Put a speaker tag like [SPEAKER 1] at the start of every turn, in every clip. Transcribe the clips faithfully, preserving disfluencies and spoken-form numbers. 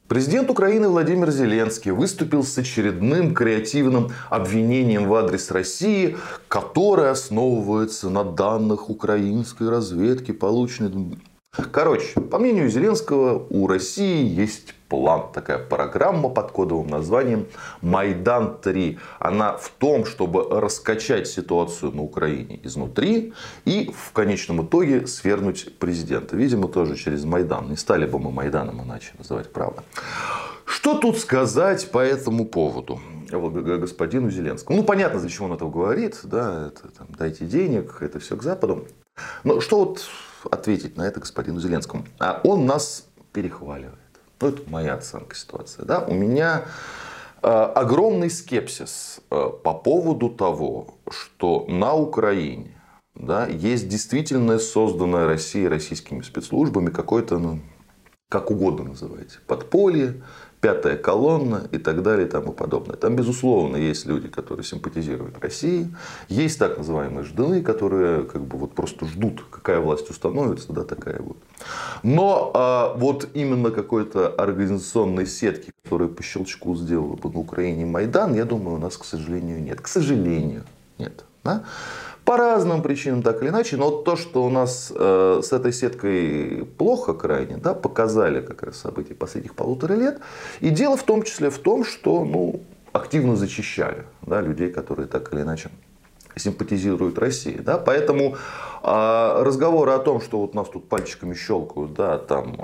[SPEAKER 1] Президент Украины Владимир Зеленский выступил с очередным креативным обвинением в адрес России, которое основывается на данных украинской разведки, полученных... Короче, по мнению Зеленского, у России есть план. Такая программа под кодовым названием Майдан три. Она в том, чтобы раскачать ситуацию на Украине изнутри и в конечном итоге свергнуть президента. Видимо, тоже через Майдан. Не стали бы мы Майданом иначе называть, правда. Что тут сказать по этому поводу господину Зеленскому? Ну, понятно, зачем он это говорит. Да, это, там, дайте денег, это все к Западу. Но что вот ответить на это господину Зеленскому? А он нас перехваливает. Ну, это моя оценка ситуации. Да? У меня э, огромный скепсис э, по поводу того, что на Украине, да, есть действительно созданное Россией, российскими спецслужбами какое-то, ну, как угодно называйте, подполье, пятая колонна и так далее и тому подобное. Там, безусловно, есть люди, которые симпатизируют России. Есть так называемые ждуны, которые как бы вот просто ждут, какая власть установится, да, такая вот. Но а, вот именно какой-то организационной сетки, которая по щелчку сделала бы на Украине Майдан, я думаю, у нас, к сожалению, нет. К сожалению, нет. Да? По разным причинам, так или иначе. Но то, что у нас э, с этой сеткой плохо крайне, да, показали как раз события последних полутора лет. И дело в том числе в том, что ну, активно зачищали, да, людей, которые так или иначе симпатизируют России. Да. Поэтому э, разговоры о том, что вот нас тут пальчиками щелкают, да, там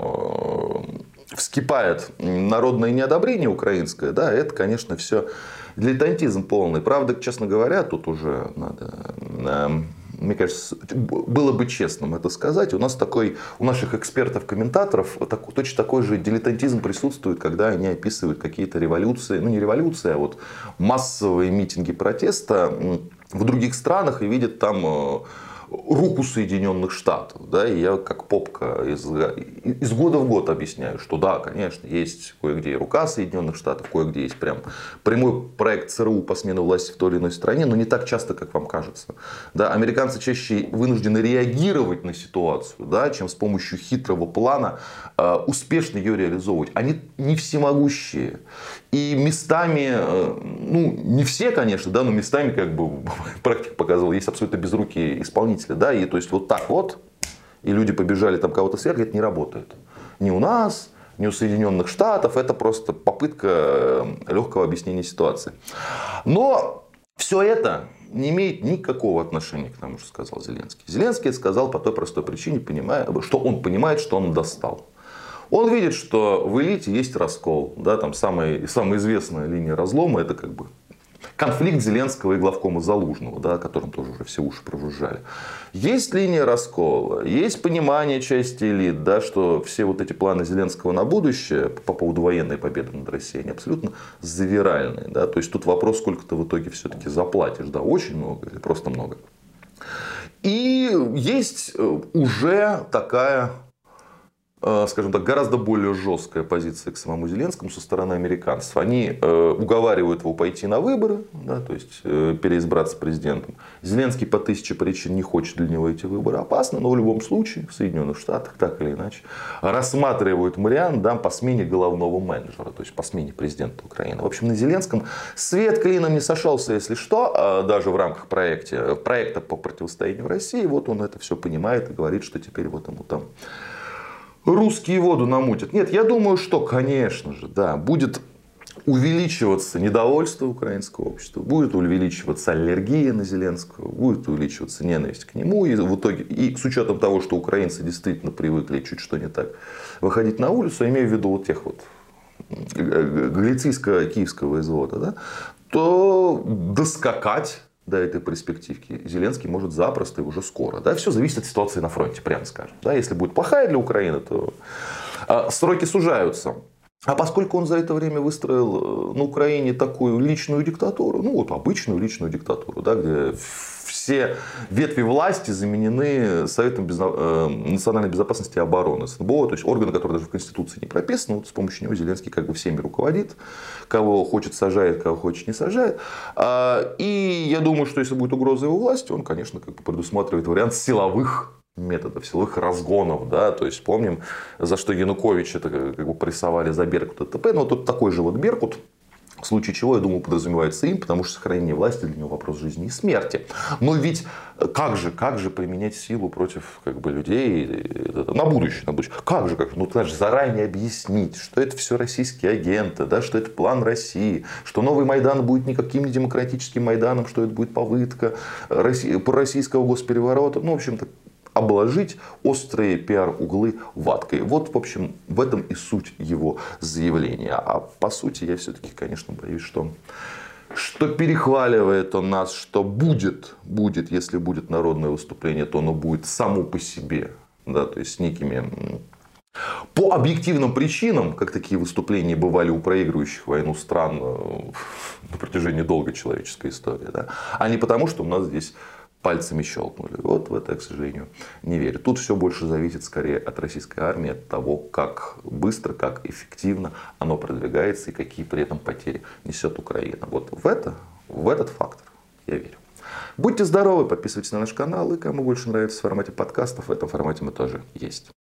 [SPEAKER 1] э, вскипает народное неодобрение украинское, да, это, конечно, все... Дилетантизм полный. Правда, честно говоря, тут уже надо, мне кажется, было бы честным это сказать. У нас такой, у наших экспертов-комментаторов так, точно такой же дилетантизм присутствует, когда они описывают какие-то революции, ну не революции, а вот массовые митинги протеста в других странах и видят там руку Соединенных Штатов. Да, и я как попка из, из года в год объясняю, что да, конечно, есть кое-где и рука Соединенных Штатов, кое-где есть прям прямой проект ЦРУ по смене власти в той или иной стране, но не так часто, как вам кажется. Да, американцы чаще вынуждены реагировать на ситуацию, да, чем с помощью хитрого плана э, успешно ее реализовывать. Они не всемогущие. И местами, э, ну не все, конечно, да, но местами, как бы практика показывала, есть абсолютно безрукие исполнители. Да, и то есть вот так вот, и люди побежали там кого-то свергать, это не работает. Ни у нас, ни у Соединенных Штатов, это просто попытка легкого объяснения ситуации. Но все это не имеет никакого отношения к тому, что сказал Зеленский. Зеленский это сказал по той простой причине, понимая, что он понимает, что он достал. Он видит, что в элите есть раскол. Да, там самая, самая известная линия разлома это как бы конфликт Зеленского и главкома Залужного, да, о котором тоже уже все уши прожужжали. Есть линия раскола, есть понимание части элит, да, что все вот эти планы Зеленского на будущее по поводу военной победы над Россией, они абсолютно завиральные. Да. То есть тут вопрос, сколько ты в итоге все-таки заплатишь. Да, очень много или просто много. И есть уже такая, скажем так, гораздо более жесткая позиция к самому Зеленскому со стороны американцев. Они э, уговаривают его пойти на выборы, да, то есть э, переизбраться президентом. Зеленский по тысяче причин не хочет для него эти выборы. Опасно, но в любом случае в Соединенных Штатах так или иначе рассматривают вариант, да, по смене головного менеджера, то есть по смене президента Украины. В общем, на Зеленском свет клином не сошелся, если что, даже в рамках проекта, проекта по противостоянию России. Вот он это все понимает и говорит, что теперь вот ему там русские воду намутят. Нет, я думаю, что, конечно же, да, будет увеличиваться недовольство украинского общества, будет увеличиваться аллергия на Зеленского, будет увеличиваться ненависть к нему. И в итоге, и с учетом того, что украинцы действительно привыкли чуть что не так выходить на улицу, имею в виду вот тех вот галицийско-киевского извода, да, то доскакать до этой перспективки Зеленский может запросто и уже скоро. Да? Все зависит от ситуации на фронте, прямо скажем. Да? Если будет плохая для Украины, то а, сроки сужаются. А поскольку он за это время выстроил на Украине такую личную диктатуру, ну вот обычную личную диктатуру, да, где все ветви власти заменены Советом безо... национальной безопасности и обороны, СНБО, то есть органы, которые даже в Конституции не прописаны, вот с помощью него Зеленский как бы всеми руководит, кого хочет сажает, кого хочет не сажает. И я думаю, что если будет угроза его власти, он, конечно, как бы предусматривает вариант силовых методов, силовых разгонов, да, то есть помним, за что Януковича как бы прессовали за Беркут и т.п. Но тут такой же вот Беркут, в случае чего, я думаю, подразумевается им, потому что сохранение власти для него вопрос жизни и смерти. Но ведь как же, как же применять силу против как бы, людей на будущее, на будущее? Как же, как? Ну, ты же заранее объяснить, что это все российские агенты, да, что это план России, что новый Майдан будет никаким не демократическим Майданом, что это будет попытка пророссийского госпереворота. Ну, в общем-то, обложить острые пиар-углы ваткой. Вот, в общем, в этом и суть его заявления. А по сути, я все-таки, конечно, боюсь, что, что перехваливает он нас, что будет, будет, если будет народное выступление, то оно будет само по себе. Да, то есть с некими... По объективным причинам, как такие выступления бывали у проигрывающих войну стран на протяжении долгой человеческой истории, да, а не потому, что у нас здесь пальцами щелкнули. Вот в это я, к сожалению, не верю. Тут все больше зависит скорее от российской армии, от того, как быстро, как эффективно оно продвигается и какие при этом потери несет Украина. Вот в, это, в этот фактор я верю. Будьте здоровы, подписывайтесь на наш канал. И кому больше нравится в формате подкастов, в этом формате мы тоже есть.